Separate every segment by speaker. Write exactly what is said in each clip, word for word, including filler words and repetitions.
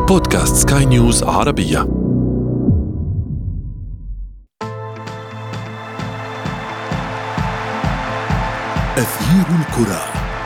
Speaker 1: بودكاست سكاي نيوز عربية. أثير الكرة.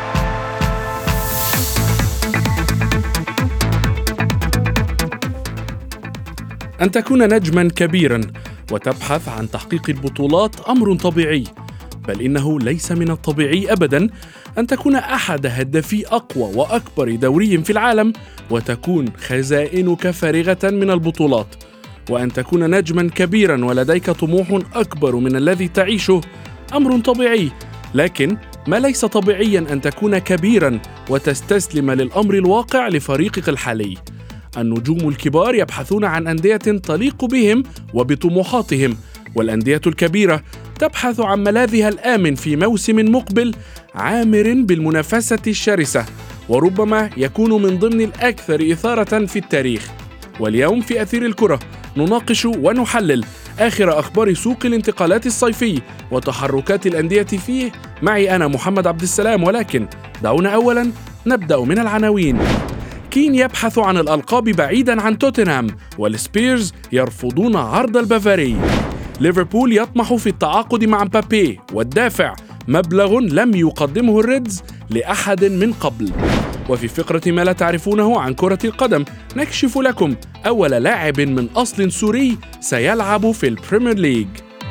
Speaker 2: أن تكون نجماً كبيراً وتبحث عن تحقيق البطولات أمر طبيعي، بل إنه ليس من الطبيعي أبداً أن تكون أحد هدافي أقوى وأكبر دوري في العالم وتكون خزائنك فارغة من البطولات، وأن تكون نجماً كبيراً ولديك طموح أكبر من الذي تعيشه أمر طبيعي. لكن ما ليس طبيعياً أن تكون كبيراً وتستسلم للأمر الواقع لفريقك الحالي. النجوم الكبار يبحثون عن أندية تليق بهم وبطموحاتهم، والأندية الكبيرة تبحث عن ملاذها الآمن في موسم مقبل عامر بالمنافسة الشرسة، وربما يكون من ضمن الأكثر إثارة في التاريخ. واليوم في أثير الكرة نناقش ونحلل آخر أخبار سوق الانتقالات الصيفي وتحركات الأندية فيه، معي أنا محمد عبد السلام. ولكن دعونا أولا نبدأ من العناوين. كين يبحث عن الألقاب بعيداً عن توتنهام، والسبيرز يرفضون عرض البافاري. ليفربول يطمح في التعاقد مع مبابي، والدافع مبلغ لم يقدمه الريدز لأحد من قبل. وفي فقرة ما لا تعرفونه عن كرة القدم نكشف لكم أول لاعب من أصل سوري سيلعب في البريمير ليج.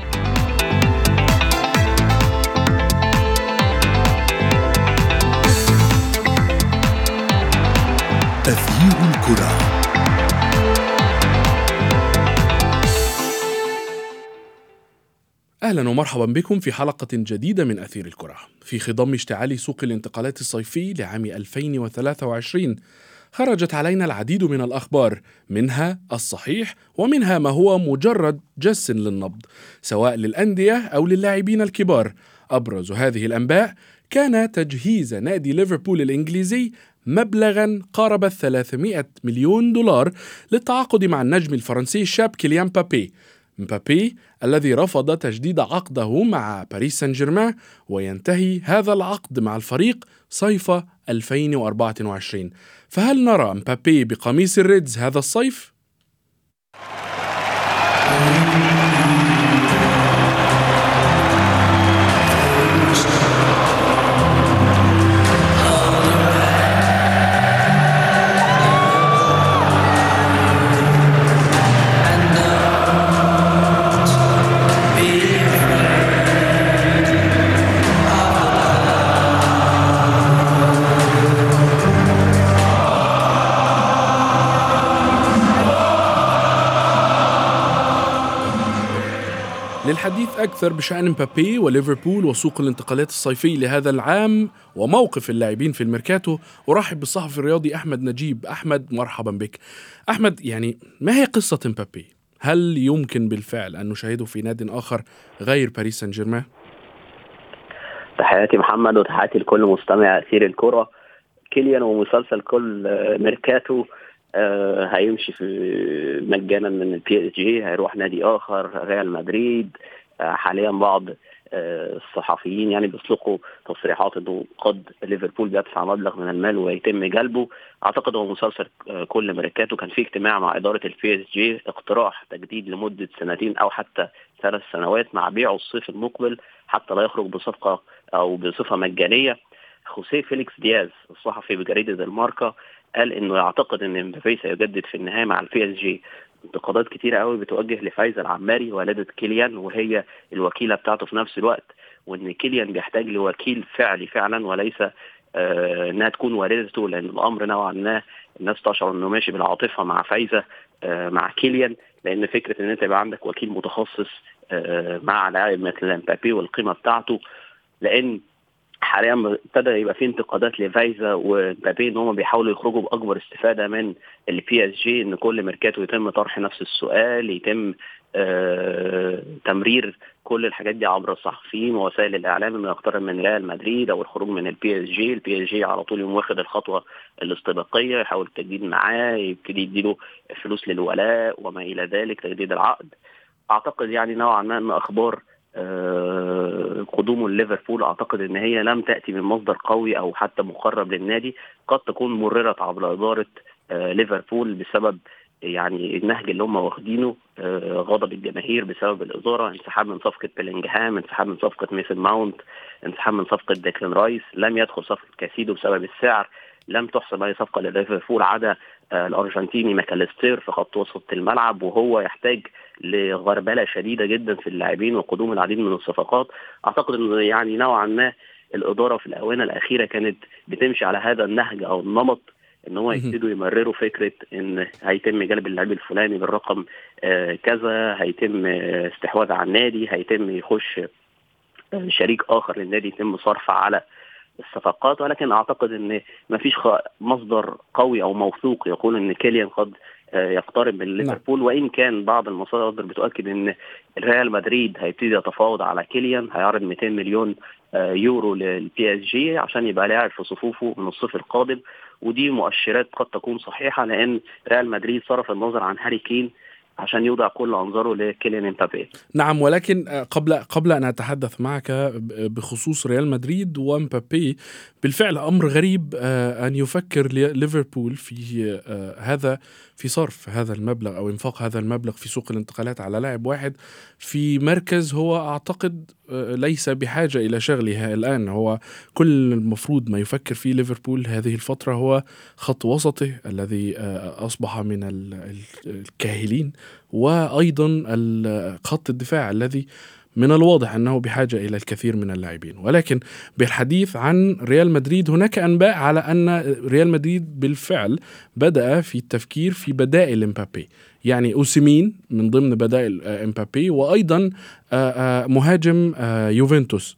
Speaker 1: أثير الكرة.
Speaker 2: أهلا ومرحبا بكم في حلقة جديدة من أثير الكرة. في خضم اشتعال سوق الانتقالات الصيفي لعام ألفين وثلاثة وعشرين خرجت علينا العديد من الأخبار، منها الصحيح ومنها ما هو مجرد جس للنبض سواء للأندية أو للاعبين الكبار. أبرز هذه الأنباء كان تجهيز نادي ليفربول الإنجليزي مبلغاً قارب ثلاثمائة مليون دولار للتعاقد مع النجم الفرنسي الشاب كيليان مبابي. مبابي الذي رفض تجديد عقده مع باريس سان جيرمان، وينتهي هذا العقد مع الفريق صيف ألفين وأربعة وعشرين. فهل نرى مبابي بقميص الريدز هذا الصيف؟ للحديث أكثر بشأن مبابي وليفربول وسوق الانتقالات الصيفي لهذا العام وموقف اللاعبين في الميركاتو، أرحب بالصحفي الرياضي أحمد نجيب. أحمد، مرحبا بك. أحمد، يعني ما هي قصة مبابي؟ هل يمكن بالفعل أن نشاهده في نادي آخر غير باريس سان جيرمان؟
Speaker 3: تحياتي محمد وتحياتي لكل مستمع أثير الكرة. كيليان ومسلسل كل ميركاتو آه هيمشي في مجانا من البي اس جي، هيروح نادي اخر ريال مدريد. آه حاليا بعض آه الصحفيين يعني بيطلقوا تصريحات انه قد ليفربول بيدفع مبلغ من المال ويتم جلبه. اعتقد هو مسلسل آه كل ميركاتو. كان في اجتماع مع اداره البي اس جي، اقتراح تجديد لمده سنتين او حتى ثلاث سنوات مع بيعه الصيف المقبل حتى لا يخرج بصفقه او بصفه مجانيه. خوسيه فيليكس دياز الصحفي بجريدة الماركا قال انه يعتقد ان مبابي سيجدد في النهايه مع البي اس جي. انتقادات كتيره قوي بتوجه لفايزة العماري والدة كيليان وهي الوكيله بتاعته في نفس الوقت، وان كيليان بيحتاج لوكيل فعلي فعلا وليس آه انها تكون والدته، لان الامر نوعا ما الناس تشعر انه ماشي بالعاطفه مع فايزة آه مع كيليان، لان فكره ان انت يبقى عندك وكيل متخصص آه مع لاعب مثل مبابي والقيمه بتاعته. لان حاليا ابتدى يبقى في انتقادات لفايزا ومبابي ان هم بيحاولوا يخرجوا باكبر استفاده من البي اس جي، ان كل ميركاتو يتم طرح نفس السؤال، يتم آه تمرير كل الحاجات دي عبر الصحفيين ووسائل الاعلام، انه يقترب من ريال مدريد او الخروج من البي اس جي. البي اس جي على طول يوم واخد الخطوه الاستباقيه، يحاول التجديد معاه، يبتدي يديله فلوس للولاء وما الى ذلك، تجديد العقد. اعتقد يعني نوعا ما ان اخبار آه قدومه لليفربول اعتقد ان هي لم تاتي من مصدر قوي او حتى مقرب للنادي، قد تكون مررت عبر اداره آه ليفربول بسبب يعني النهج اللي هم واخدينه، آه غضب الجماهير بسبب الإدارة، انسحاب من صفقة بيلينغهام، انسحاب من صفقة ميسن ماونت، انسحاب من صفقة ديكلان رايس، لم يدخل صفقة كاسيدو بسبب السعر، لم تحسب أي صفقة لليفربول عدا آه الأرجنتيني ماكاليستير في خط وسط الملعب، وهو يحتاج لغربلة شديدة جدا في اللاعبين وقدوم العديد من الصفقات. أعتقد أنه يعني نوعا ما الإدارة في الآونة الأخيرة كانت بتمشي على هذا النهج أو النمط، ان هو يبتدوا يمرروا فكره ان هيتم جلب اللاعب الفلاني بالرقم آه كذا، هيتم آه استحواذ على النادي، هيتم يخش آه شريك اخر للنادي، يتم صرف على الصفقات. ولكن اعتقد ان ما فيش مصدر قوي او موثوق يقول ان كيليان قد آه يقترب من ليفربول، وان كان بعض المصادر بتؤكد ان ريال مدريد هيبتدي يتفاوض على كيليان، هيعرض مئتين مليون آه يورو للبي اس جي عشان يبقى لاعب في صفوفه من الصيف القادم. ودي مؤشرات قد تكون صحيحة، لأن ريال مدريد صرف النظر عن هاري كين عشان يوضع كل أنظاره لكيليان امبابي.
Speaker 2: نعم، ولكن قبل قبل أن أتحدث معك بخصوص ريال مدريد ومبابي، بالفعل أمر غريب أن يفكر ليفربول في هذا في صرف هذا المبلغ أو إنفاق هذا المبلغ في سوق الانتقالات على لاعب واحد في مركز هو أعتقد ليس بحاجة إلى شغلها الآن. هو كل المفروض ما يفكر فيه ليفربول هذه الفترة هو خط وسطه الذي أصبح من الكاهلين، وأيضا خط الدفاع الذي من الواضح أنه بحاجة إلى الكثير من اللاعبين. ولكن بالحديث عن ريال مدريد، هناك أنباء على أن ريال مدريد بالفعل بدأ في التفكير في بدائل امبابي، يعني أوسيمين من ضمن بدائل امبابي، وأيضا مهاجم يوفنتوس.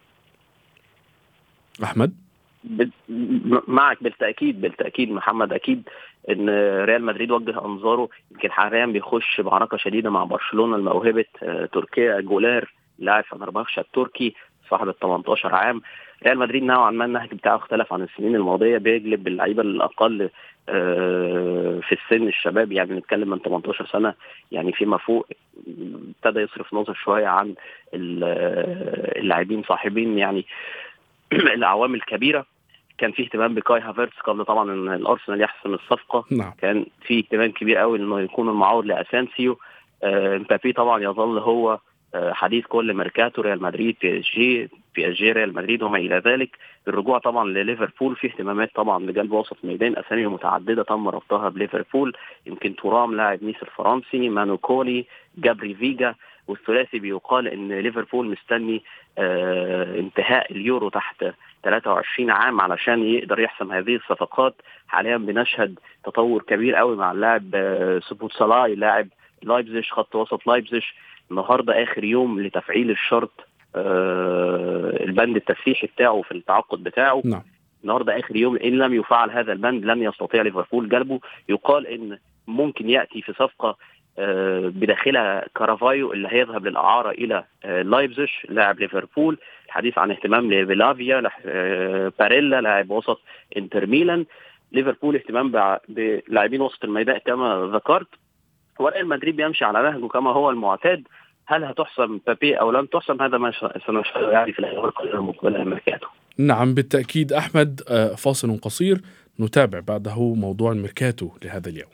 Speaker 2: أحمد
Speaker 3: معك بالتأكيد بالتأكيد محمد، أكيد ان ريال مدريد وجه انظاره، يمكن حاليا بيخش بعركه شديده مع برشلونه الموهبه تركيا جولار لاعب فنربخشة التركي صاحب ثمانية عشر عام. ريال مدريد نوعا ما النهج بتاعه اختلف عن السنين الماضيه، بيجلب باللعيبه الاقل في السن الشباب، يعني نتكلم من ثمانية عشر سنه يعني فيما فوق، ابتدى يصرف نظر شويه عن اللاعبين صاحبين يعني الاعوام الكبيره. كان في اهتمام بكاي هافرتس قبل طبعا ان الارسنال يحسم الصفقه.
Speaker 2: نعم.
Speaker 3: كان في اهتمام كبير قوي انه يكون المعارض لاسانسيو. امبابي طبعا يظل هو آه حديث كل ميركاتو، ريال مدريد، بي اس جي بي اس جي ريال مدريد وما الى ذلك. الرجوع طبعا لليفربول، في اهتمامات طبعا لجلب وسط ميدان، اسامي متعدده تم ربطها بليفربول، يمكن تورام لاعب نيس الفرنسي، مانو كوني، جابري فيجا، والثلاثي بيقال ان ليفربول مستني آه انتهاء اليورو تحت ثلاثة وعشرين عام علشان يقدر يحسم هذه الصفقات. حاليا بنشهد تطور كبير قوي مع اللاعب آه سوبوتسالاي لاعب لايبزيش خط وسط لايبزيش. النهارده اخر يوم لتفعيل الشرط آه البند التسليحي بتاعه في التعاقد بتاعه.
Speaker 2: نعم.
Speaker 3: النهارده اخر يوم، ان لم يفعل هذا البند لن يستطيع ليفربول جلبه. يقال ان ممكن ياتي في صفقه بداخلها كارافايو اللي هيذهب للإعارة إلى لايبزيش لاعب ليفربول. الحديث عن اهتمام لفيلافيا، باريلا لاعب وسط انتر ميلان. ليفربول اهتمام بلاعبين وسط الميدان كما ذكرت، وريال مدريد بيمشي على نهجه كما هو المعتاد. هل هتحسم بابي أو لن تحسم، هذا ما سنشاهده يعني في الأيام المقبلة الميركاتو.
Speaker 2: نعم بالتأكيد. أحمد، فاصل قصير نتابع بعده موضوع الميركاتو لهذا اليوم.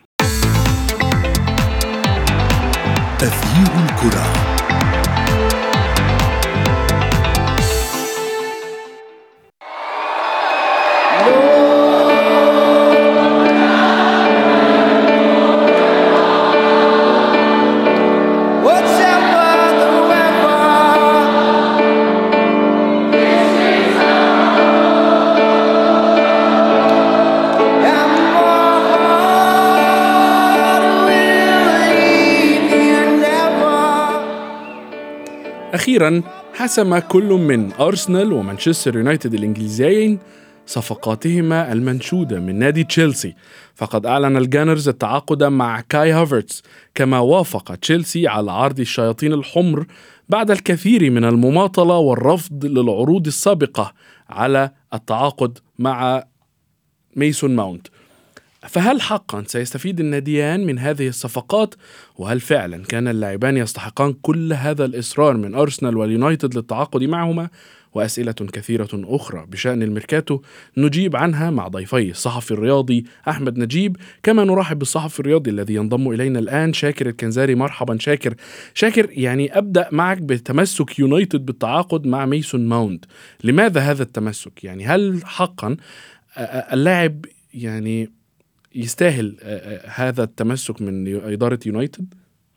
Speaker 1: تغيير الكرة.
Speaker 2: أخيرا حسم كل من أرسنال ومانشستر يونايتد الإنجليزيين صفقاتهما المنشودة من نادي تشيلسي، فقد أعلن الجانرز التعاقد مع كاي هافرتس، كما وافق تشيلسي على عرض الشياطين الحمر بعد الكثير من المماطلة والرفض للعروض السابقة على التعاقد مع ميسون ماونت. فهل حقا سيستفيد الناديان من هذه الصفقات؟ وهل فعلا كان اللاعبان يستحقان كل هذا الإصرار من أرسنال واليونايتد للتعاقد معهما؟ وأسئلة كثيرة أخرى بشأن الميركاتو نجيب عنها مع ضيفي الصحفي الرياضي أحمد نجيب، كما نرحب بالصحفي الرياضي الذي ينضم إلينا الآن شاكر الكنزاري. مرحبا شاكر. شاكر، يعني أبدأ معك بتمسك يونايتد بالتعاقد مع ميسون ماونت. لماذا هذا التمسك؟ يعني هل حقا اللاعب يعني يستاهل هذا التمسك من إدارة يونايتد؟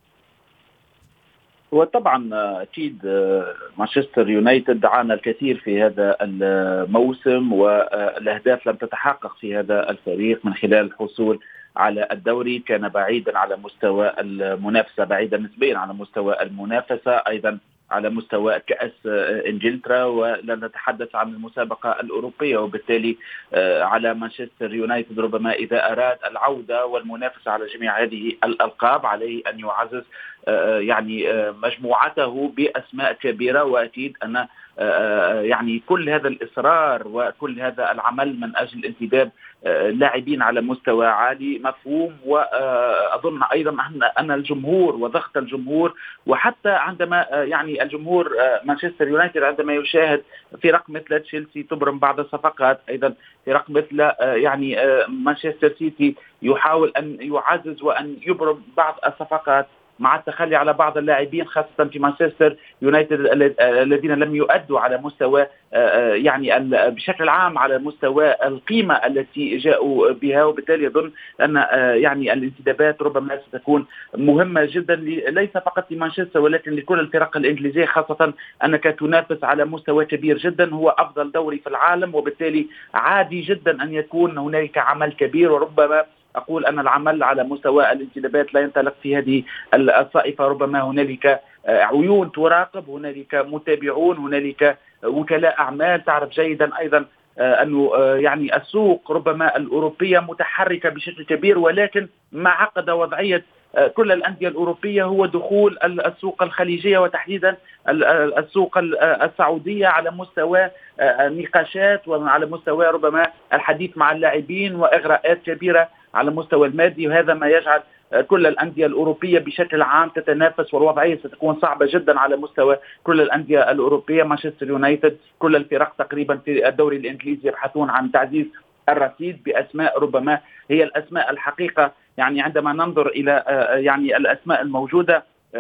Speaker 4: وطبعا أكيد مانشستر يونايتد عانى الكثير في هذا الموسم، والأهداف لم تتحقق في هذا الفريق من خلال الحصول على الدوري. كان بعيدا على مستوى المنافسة، بعيدا نسبيا على مستوى المنافسة، أيضا على مستوى كأس إنجلترا، ولا نتحدث عن المسابقة الأوروبية. وبالتالي على مانشستر يونايتد ربما إذا أراد العودة والمنافسة على جميع هذه الألقاب عليه أن يعزز يعني مجموعته بأسماء كبيرة. وأكيد أن يعني كل هذا الإصرار وكل هذا العمل من أجل انتداب لاعبين على مستوى عالي مفهوم. وأظن أيضا أن الجمهور وضغط الجمهور، وحتى عندما يعني الجمهور مانشستر يونايتد عندما يشاهد فرق مثل تشيلسي تبرم بعض الصفقات، أيضا فرق مثل يعني مانشستر سيتي يحاول أن يعزز وأن يبرم بعض الصفقات مع التخلي على بعض اللاعبين، خاصة في مانشستر يونايتد الذين لم يؤدوا على مستوى يعني بشكل عام على مستوى القيمة التي جاءوا بها. وبالتالي أظن أن يعني الانتدابات ربما ستكون مهمة جدا ليس فقط لمانشستر ولكن لكل الفرق الإنجليزية، خاصة أنك تنافس على مستوى كبير جدا، هو أفضل دوري في العالم. وبالتالي عادي جدا أن يكون هنالك عمل كبير، وربما أقول أن العمل على مستوى الانتدابات لا ينطلق في هذه الصائفة. ربما هنالك عيون تراقب، هنالك متابعون، هنالك وكلاء أعمال تعرف جيدا أيضا أنه يعني السوق ربما الأوروبية متحركة بشكل كبير، ولكن ما عقد وضعية كل الأندية الأوروبية هو دخول السوق الخليجية وتحديدا السوق السعودية على مستوى نقاشات وعلى مستوى ربما الحديث مع اللاعبين وإغراءات كبيرة على مستوى المادي. وهذا ما يجعل كل الأندية الأوروبية بشكل عام تتنافس، والوضعية ستكون صعبة جدا على مستوى كل الأندية الأوروبية. مانشستر يونايتد كل الفرق تقريبا في الدوري الإنجليزي يبحثون عن تعزيز الرصيد بأسماء ربما هي الأسماء الحقيقة. يعني عندما ننظر إلى يعني الأسماء الموجودة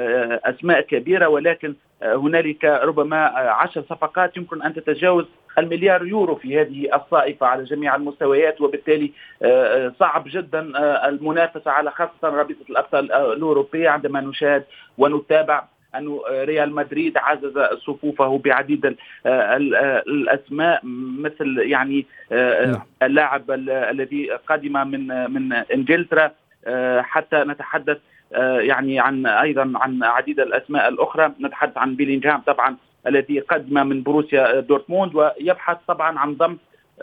Speaker 4: أسماء كبيرة، ولكن هنالك ربما عشر صفقات يمكن أن تتجاوز المليار يورو في هذه الصائفة على جميع المستويات. وبالتالي صعب جدا المنافسة على خاصة رابطة الأبطال الأوروبية عندما نشاهد ونتابع أن ريال مدريد عزز صفوفه بعديد الأسماء، مثل يعني اللاعب الذي قادم من من إنجلترا، حتى نتحدث يعني عن أيضا عن عديد الأسماء الأخرى. نتحدث عن بيلينغهام طبعا الذي قدم من بروسيا دورتموند، ويبحث طبعا عن ضم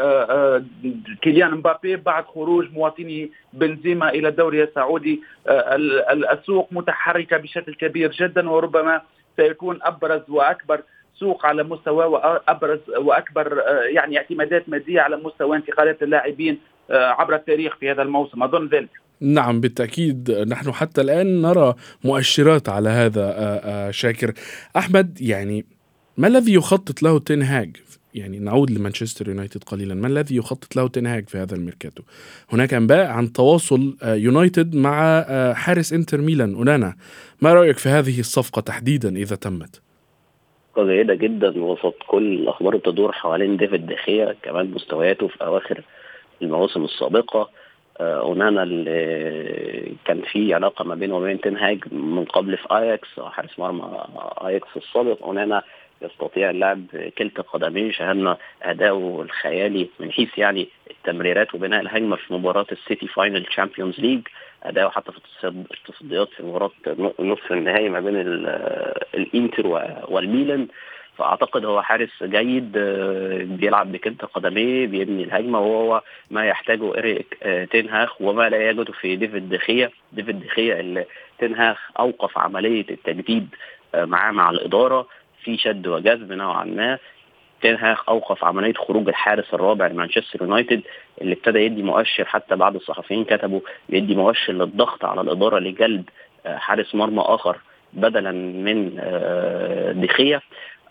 Speaker 4: كيليان مبابي بعد خروج مواطنه بنزيما إلى الدوري السعودي. السوق متحركة بشكل كبير جدا، وربما سيكون أبرز وأكبر سوق على مستوى وأبرز وأكبر يعني اعتمادات مادية على مستوى انتقالات اللاعبين عبر التاريخ في هذا الموسم، أظن ذلك.
Speaker 2: نعم بالتأكيد، نحن حتى الآن نرى مؤشرات على هذا. شاكر أحمد، يعني ما الذي يخطط له تين هاج؟ يعني نعود لمانشستر يونايتد قليلا، ما الذي يخطط له تين هاج في هذا الميركاتو؟ هناك أنباء عن تواصل يونايتد مع حارس انتر ميلان أونانا، ما رأيك في هذه الصفقة تحديدا إذا تمت؟
Speaker 3: جيدة جدا وسط كل الأخبار تدور حوالين ديفيد دخيا، كمان مستوياته في أواخر المواسم السابقة. أونانا اللي كان في علاقة ما بينه وبين تين هاج من قبل في آياكس، حارس مرمى آياكس السابق. أونانا يستطيع اللعب كلتا قدمين، شاهدنا أداؤه الخيالي من حيث يعني التمريرات وبناء الهجمة في مباراة السيتي فاينل تشامبيونز ليج، أداؤه حتى في التصديات في مباراة نصف النهائي ما بين الإنتر والميلان. فأعتقد هو حارس جيد بيلعب بكلتا قدميه، بيبني الهجمة، وهو ما يحتاجه إيريك تين هاج وما لا يجده في ديفيد دخيا. ديفيد دخيا اللي تين هاج أوقف عملية التجديد معاه مع الإدارة في شد وجذب نوعا ما. تين هاج أوقف عملية خروج الحارس الرابع لمانشستر يونايتد اللي ابتدى يدي مؤشر، حتى بعض الصحفيين كتبوا يدي مؤشر للضغط على الإدارة لجلب حارس مرمى آخر بدلا من دخيا.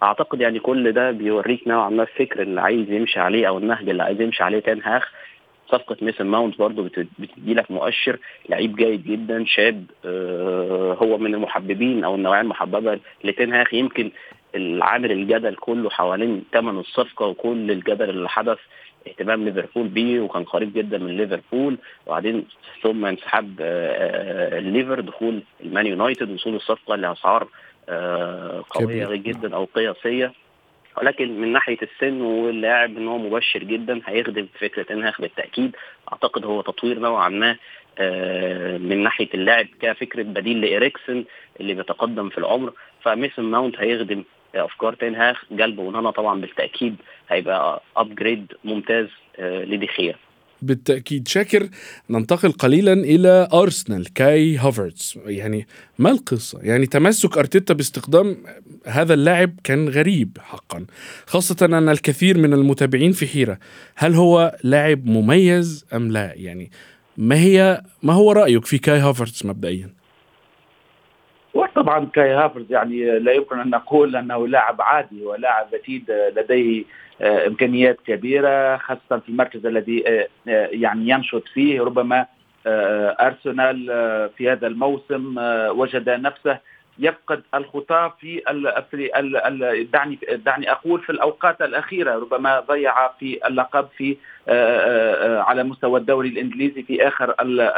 Speaker 3: اعتقد يعني كل ده بيوريك نوعا ما الفكر اللي عايز يمشي عليه او النهج اللي عايز يمشي عليه تين هاغ. صفقة ميسن ماونت برضو بتدي لك مؤشر، لعيب جيد جدا شاب، هو من المحببين او النوعية المحببة لتين هاغ. يمكن العامل الجدل كله حوالين ثمن الصفقة وكل الجدل اللي حدث اهتمام ليفربول بيه، وكان قريب جدا من ليفربول، وبعدين ثم انسحاب الليفر، دخول المان يونايتد، وصول الصفقة لأسعار قوية جدا او قياسية. ولكن من ناحية السن واللاعب ان هو مبشر جدا، هيخدم فكرة تنهاخ بالتأكيد. اعتقد هو تطوير نوعا ما من ناحية اللاعب كفكرة بديل لإريكسن اللي بيتقدم في العمر. فميسن ماونت هيخدم افكار تنهاخ جلبه ونهنا طبعا بالتأكيد، هيبقى ابجريد ممتاز لديخيا
Speaker 2: بالتأكيد. شاكر، ننتقل قليلا إلى أرسنال، كاي هافرتز. يعني ما القصة؟ يعني تمسك أرتيتا باستخدام هذا اللاعب كان غريب حقا، خاصة أن الكثير من المتابعين في حيرة، هل هو لاعب مميز أم لا؟ يعني ما هي ما هو رأيك في كاي هافرتز مبدئيا؟
Speaker 4: وطبعا كاي هافرتز يعني لا يمكن أن نقول أنه لاعب عادي، ولاعب أكيد لديه إمكانيات كبيرة، خاصة في المركز الذي يعني ينشط فيه. ربما أرسنال في هذا الموسم وجد نفسه يفقد الخطى في ال دعني دعني أقول في الأوقات الأخيرة. ربما ضيع في اللقب في على مستوى الدوري الإنجليزي في آخر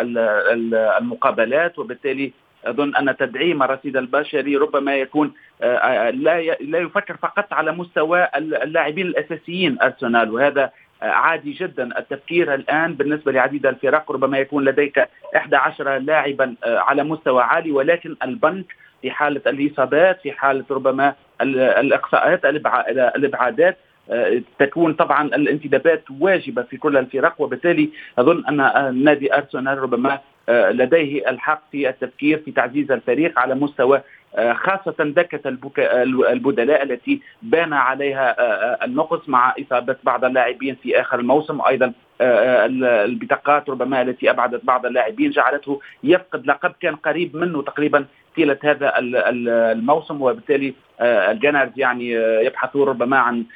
Speaker 4: المقابلات، وبالتالي أظن أن تدعيم الرصيد البشري ربما يكون لا لا يفكر فقط على مستوى اللاعبين الأساسيين أرسنال، وهذا عادي جدا التفكير الآن بالنسبة لعديد الفرق. ربما يكون لديك إحدى عشر لاعبا على مستوى عالي، ولكن البنك في حالة الإصابات، في حالة ربما الإقصاءات، الإبعادات، تكون طبعا الانتدابات واجبة في كل الفرق. وبالتالي أظن أن نادي أرسنال ربما لديه الحق في التفكير في تعزيز الفريق على مستوى خاصة دكة البدلاء التي بان عليها النقص مع إصابة بعض اللاعبين في آخر الموسم، أيضا البطاقات ربما التي أبعدت بعض اللاعبين جعلته يفقد لقب كان قريب منه تقريبا طيلة هذا الموسم. وبالتالي الجنرز يعني يبحثون ربما عن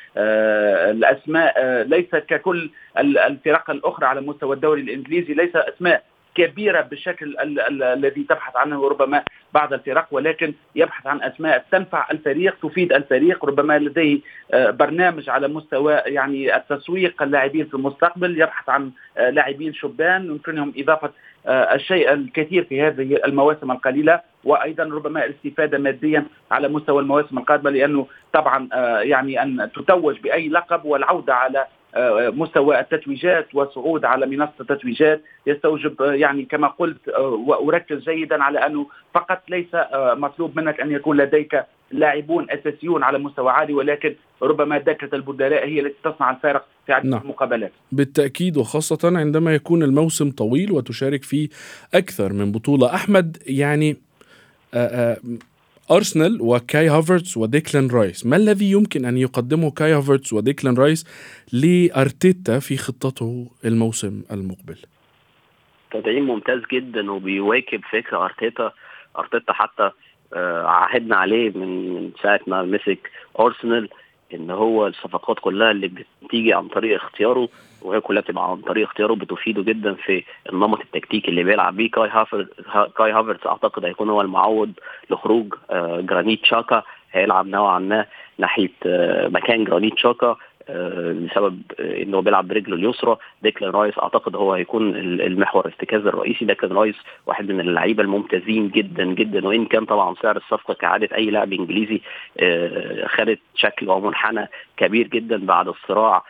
Speaker 4: الأسماء ليس ككل الفرق الأخرى على مستوى الدوري الإنجليزي، ليس أسماء كبيرة بالشكل الذي تبحث عنه ربما بعض الفرق، ولكن يبحث عن أسماء تنفع الفريق، تفيد الفريق. ربما لديه برنامج على مستوى يعني التسويق اللاعبين في المستقبل، يبحث عن لاعبين شبان يمكنهم إضافة الشيء الكثير في هذه المواسم القليلة، وأيضا ربما الاستفادة ماديا على مستوى المواسم القادمة، لأنه طبعا يعني أن تتوج بأي لقب والعودة على مستوى التتويجات والصعود على منصة التتويجات يستوجب يعني كما قلت وأركز جيدا على أنه فقط ليس مطلوب منك أن يكون لديك لاعبون أساسيون على مستوى عالي، ولكن ربما دكة البدلاء هي التي تصنع الفارق في عدد نعم. المقابلات
Speaker 2: بالتأكيد، وخاصة عندما يكون الموسم طويل وتشارك فيه أكثر من بطولة. أحمد، يعني آآ آآ أرسنال وكاي هافرتز وديكلان رايس، ما الذي يمكن أن يقدمه كاي هافرتز وديكلان رايس لأرتيتا في خطته الموسم المقبل؟
Speaker 3: تدعيم ممتاز جدا وبيواكب فكرة أرتيتا. أرتيتا حتى عهدنا عليه من ساعة ما مسك أرسنال إن هو الصفقات كلها اللي بتيجي عن طريق اختياره، وهي كلها بتبقى عن طريق اختياره، بتفيده جدا في النمط التكتيكي اللي بيلعب بيه. كاي هافرتز كاي هافرتز اعتقد هيكون هو المعوض لخروج جرانيت شاكا، هيلعب نوعا ما ناحيه مكان جرانيت شاكا بسبب انه بيلعب برجله اليسرى. ديكلان رايس اعتقد هو هيكون المحور الارتكاز الرئيسي. ديكلان رايس واحد من اللعيبه الممتازين جدا جدا، وان كان طبعا سعر الصفقه كعاده اي لاعب انجليزي خدت شكل ومنحنى كبير جدا بعد الصراع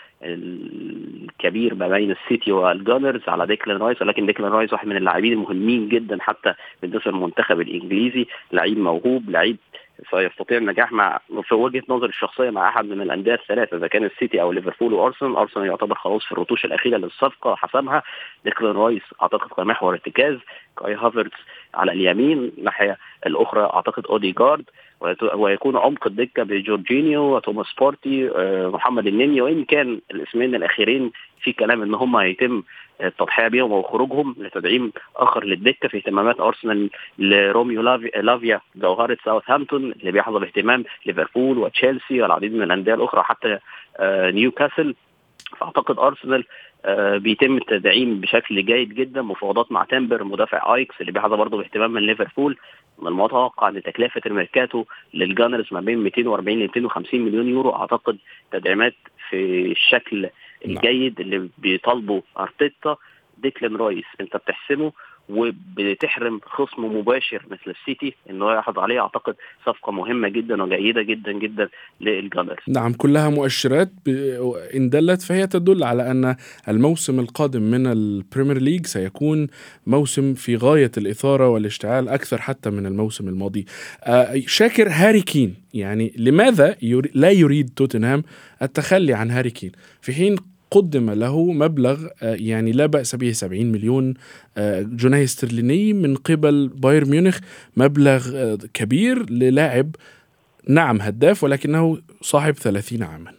Speaker 3: الكبير ما بين السيتي والجانرز على ديكلان رايس، ولكن ديكلان رايس واحد من اللاعبين المهمين جدا حتى بالنسبه للمنتخب الانجليزي. لعيب موهوب، لعيب فيستطيع النجاح مع في وجهه نظر الشخصيه مع احد من الانديه الثلاثه، اذا كان السيتي او ليفربول وارسنال. ارسنال يعتبر خلاص في الرتوش الاخيره للصفقه حسمها. ديكلان رايس اعتقد كمحور ارتكاز. كاي هافرتز على اليمين، الناحيه الاخرى اعتقد اوديغارد، ويكون عمق الدكه بجورجينيو وتوماس بارتي محمد النني. وان كان الاسمين الاخيرين في كلام ان هم هيتم التضحية بهم وخروجهم لتدعيم آخر للدكة في اهتمامات أرسنال لروميو لافيا جوهرة ساوثهامبتون اللي بيحظى باهتمام ليفربول وتشيلسي والعديد من الأندية الأخرى حتى نيوكاسل. فأعتقد أرسنال بيتم التدعيم بشكل جيد جدا. مفاوضات مع تامبر مدافع ايكس اللي بيحظى برضه باهتمام من ليفربول. من المتوقع ان تكلفه الميركاتو للجانرز ما بين مئتين وأربعين ل مئتين وخمسين مليون يورو. اعتقد تدعيمات في الشكل الجيد اللي بيطالبه ارتيتا. ديكلان رايس انت بتحسمه وبتحرم خصم مباشر مثل السيتي انه يحافظ عليه. اعتقد صفقه مهمه جدا وجيده جدا جدا للجانرز.
Speaker 2: نعم، كلها مؤشرات ان دلت فهي تدل على ان الموسم القادم من البريمير ليج سيكون موسم في غايه الاثاره والاشتعال اكثر حتى من الموسم الماضي. شاكر، هاري كين، يعني لماذا يري لا يريد توتنهام التخلي عن هاري كين في حين قدم له مبلغ يعني لا بأس به سبعين مليون جنيه استرليني من قبل بايرن ميونخ، مبلغ كبير للاعب نعم هداف ولكنه صاحب ثلاثين عاما.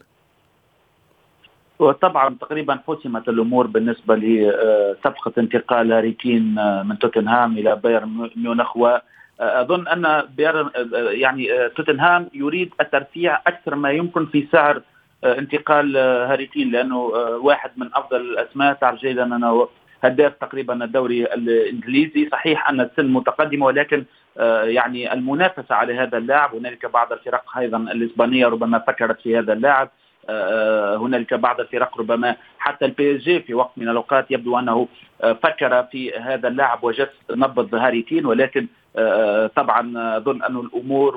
Speaker 4: وطبعا تقريبا حسمت الأمور بالنسبة لصفقة انتقال هاري كين من توتنهام إلى بايرن ميونخ. وأظن أن يعني توتنهام يريد الترفيع أكثر ما يمكن في سعر انتقال هاري كين لأنه واحد من أفضل الأسماء. تعرف جيدا أنه هداف تقريبا الدوري الإنجليزي. صحيح أن السن متقدمة ولكن يعني المنافسة على هذا اللاعب. هنالك بعض الفرق أيضا الإسبانية ربما فكرت في هذا اللاعب. هنالك بعض الفرق ربما حتى البي اس جي في وقت من الأوقات يبدو أنه فكر في هذا اللاعب وجس نبض هاري كين. ولكن طبعا أظن أن الأمور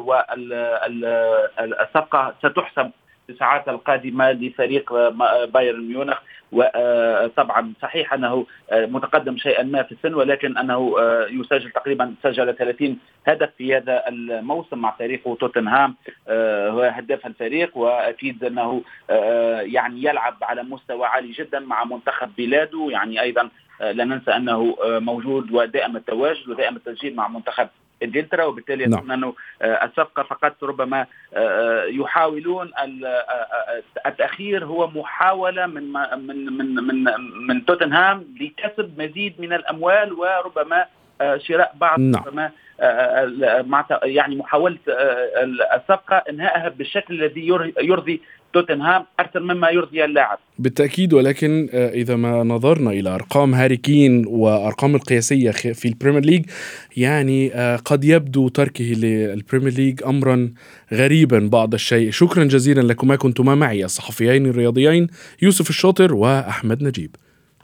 Speaker 4: والصفقة ستحسم في الساعات القادمة لفريق بايرن ميونخ. وطبعا صحيح أنه متقدم شيئا ما في السن ولكن أنه يسجل تقريبا سجل ثلاثين هدف في هذا الموسم مع فريقه توتنهام. هو هداف الفريق وأكيد أنه يعني يلعب على مستوى عالي جدا مع منتخب بلاده. يعني أيضا لا ننسى أنه موجود ودائم التواجد ودائم التسجيل مع منتخب إنجلترا. وبالتالي
Speaker 2: نعم.
Speaker 4: أنه الصفقة فقط ربما يحاولون التأخير هو محاولة من من من من من توتنهام لكسب مزيد من الأموال وربما شراء بعض.
Speaker 2: نعم.
Speaker 4: ربما يعني محاولة الصفقة انهائها بالشكل الذي يرضي توتنهام أكثر مما يرضي اللاعب.
Speaker 2: بالتأكيد، ولكن إذا ما نظرنا إلى أرقام هاري كين وأرقام القياسية في البريمير ليج يعني قد يبدو تركه للبريمير ليج أمرا غريبا بعض الشيء. شكرا جزيلا لكما كنتما معي الصحفيين الرياضيين يوسف الشاطر وأحمد نجيب.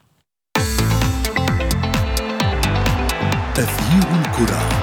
Speaker 1: أثير الكرة.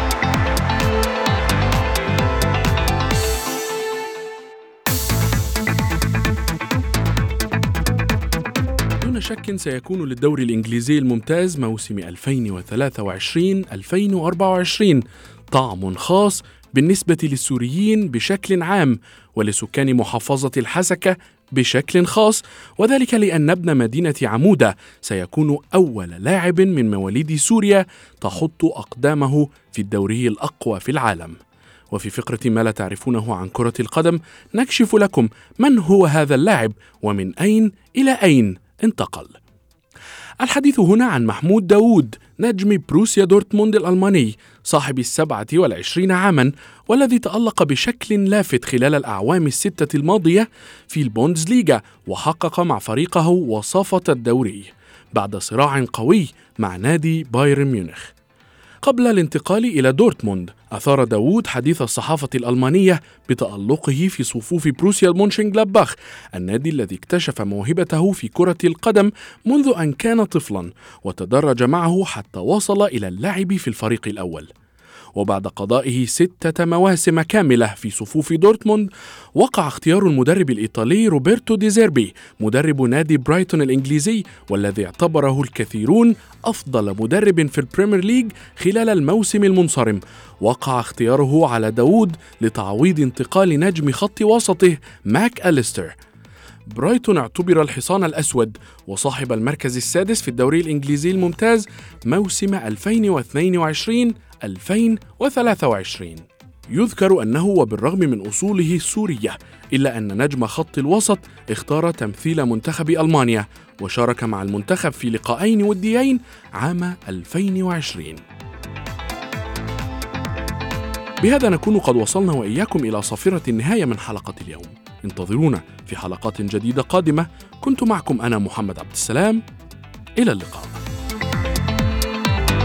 Speaker 2: دون شك سيكون للدوري الإنجليزي الممتاز موسم ألفين وثلاثة وعشرين ألفين وأربعة وعشرين طعم خاص بالنسبة للسوريين بشكل عام ولسكان محافظة الحسكة بشكل خاص، وذلك لأن ابن مدينة عمودة سيكون أول لاعب من مواليد سوريا تحط أقدامه في الدوري الأقوى في العالم. وفي فقرة ما لا تعرفونه عن كرة القدم نكشف لكم من هو هذا اللاعب ومن أين إلى أين انتقل. الحديث هنا عن محمود داوود نجم بروسيا دورتموند الألماني صاحب السبعة والعشرين عاما والذي تألق بشكل لافت خلال الأعوام الستة الماضية في البوندسليغا وحقق مع فريقه وصافة الدوري بعد صراع قوي مع نادي بايرن ميونخ. قبل الانتقال إلى دورتموند أثار داوود حديث الصحافة الألمانية بتألقه في صفوف بروسيا مونشنغلادباخ، النادي الذي اكتشف موهبته في كرة القدم منذ أن كان طفلا وتدرج معه حتى وصل إلى اللعب في الفريق الأول. وبعد قضائه ستة مواسم كاملة في صفوف دورتموند وقع اختيار المدرب الإيطالي روبرتو دي زيربي مدرب نادي برايتون الإنجليزي والذي اعتبره الكثيرون أفضل مدرب في البريمير ليج خلال الموسم المنصرم. وقع اختياره على داوود لتعويض انتقال نجم خط وسطه ماك أليستر. برايتون اعتبر الحصان الأسود وصاحب المركز السادس في الدوري الإنجليزي الممتاز موسم ألفين واثنين وعشرين ألفين وثلاثة وعشرين. يذكر أنه وبالرغم من أصوله السورية إلا أن نجم خط الوسط اختار تمثيل منتخب ألمانيا وشارك مع المنتخب في لقاءين وديين عام ألفين وعشرين. بهذا نكون قد وصلنا وإياكم إلى صافرة النهاية من حلقة اليوم. انتظرونا في حلقات جديدة قادمة. كنت معكم أنا محمد عبد السلام، إلى اللقاء.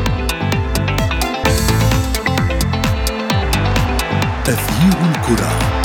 Speaker 1: تغيير الكرة.